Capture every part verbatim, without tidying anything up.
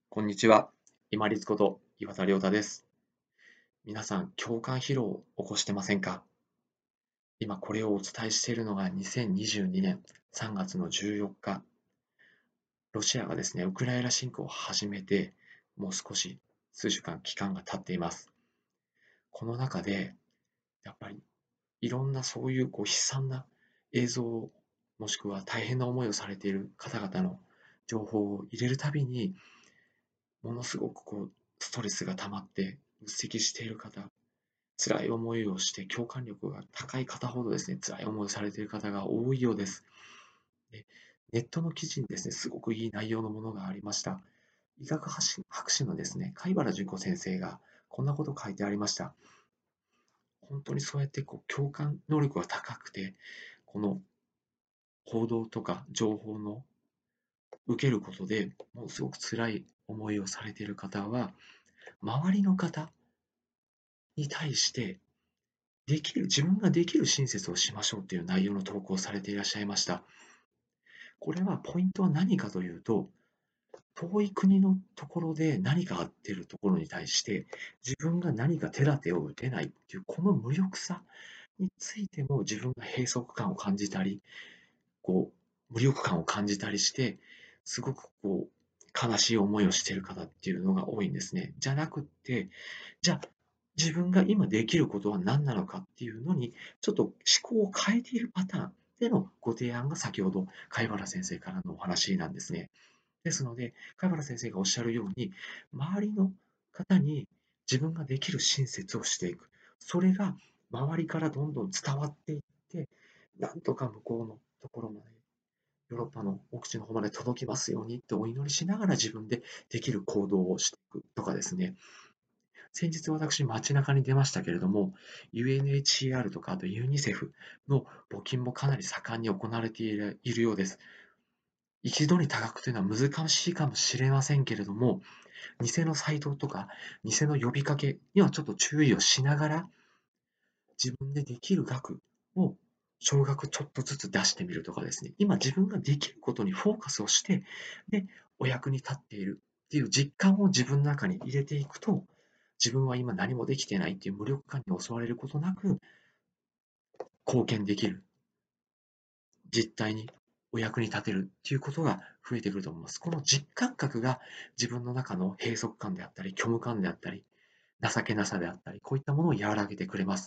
こんにちは。今立こと岩田亮太です。皆さん、共感疲労を起こしてませんか？今これをお伝えしているのがにせんにじゅうにねんさんがつのじゅうよっか、ロシアがですね、ウクライナ侵攻を始めて、もう少し数週間期間が経っています。この中で、やっぱりいろんなそういうこう悲惨な映像、もしくは大変な思いをされている方々の情報を入れるたびに、ものすごくこうストレスが溜まってうっせきしている方、辛い思いをして共感力が高い方ほどですね、辛い思いをされている方が多いようです。で、ネットの記事にですね、すごくいい内容のものがありました。医学博士博士のですね、貝原淳子先生がこんなことを書いてありました。本当にそうやってこう共感能力が高くて、この報道とか情報の受けることでものすごく辛い思いをされている方は、周りの方に対してできる、自分ができる親切をしましょうという内容の投稿をされていらっしゃいました。これはポイントは何かというと、遠い国のところで何かあっているところに対して、自分が何か手立てを打てないっていう、この無力さについても自分が閉塞感を感じたり、こう、無力感を感じたりして、すごくこう、悲しい思いをしている方っていうのが多いんですね。じゃなくって、じゃあ、自分が今できることは何なのかっていうのに、ちょっと思考を変えているパターンでのご提案が先ほど、貝原先生からのお話なんですね。ですので、貝原先生がおっしゃるように、周りの方に自分ができる親切をしていく。それが周りからどんどん伝わっていって、なんとか向こうのところまで、ヨーロッパの奥地の方まで届きますようにってお祈りしながら自分でできる行動をしていくとかですね。先日私、街中に出ましたけれども、ユーエヌエイチシーアール とか、あとユニセフの募金もかなり盛んに行われているいるようです。一度に多額というのは難しいかもしれませんけれども、偽のサイトとか、偽の呼びかけにはちょっと注意をしながら、自分でできる額を少額ちょっとずつ出してみるとかですね、今自分ができることにフォーカスをして、で、お役に立っているっていう実感を自分の中に入れていくと、自分は今何もできてないっていう無力感に襲われることなく、貢献できる、実態にお役に立てるっていうことが増えてくると思います。この実感覚が自分の中の閉塞感であったり、虚無感であったり、情けなさであったり、こういったものを和らげてくれます。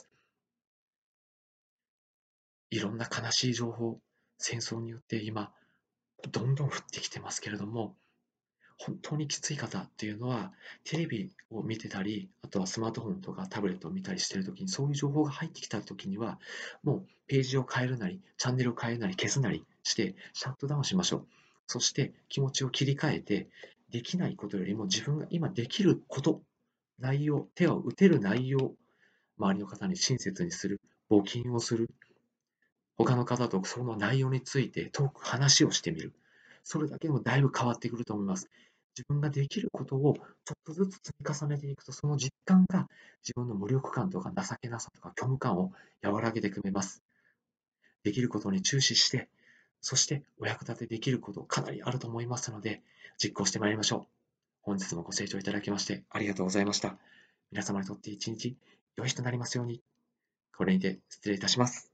いろんな悲しい情報、戦争によって今、どんどん降ってきてますけれども、本当にきつい方っていうのは、テレビを見てたり、あとはスマートフォンとかタブレットを見たりしているときに、そういう情報が入ってきたときには、もうページを変えるなり、チャンネルを変えるなり、消すなりして、シャットダウンしましょう。そして気持ちを切り替えて、できないことよりも自分が今できること、内容、手を打てる内容、周りの方に親切にする、募金をする、他の方とその内容についてトーク、話をしてみる。それだけでもだいぶ変わってくると思います。自分ができることをちょっとずつ積み重ねていくと、その実感が自分の無力感とか情けなさとか虚無感を和らげてくれます。できることに注視して、そしてお役立てできることかなりあると思いますので、実行してまいりましょう。本日もご清聴いただきましてありがとうございました。皆様にとって一日良い日となりますように。これにて失礼いたします。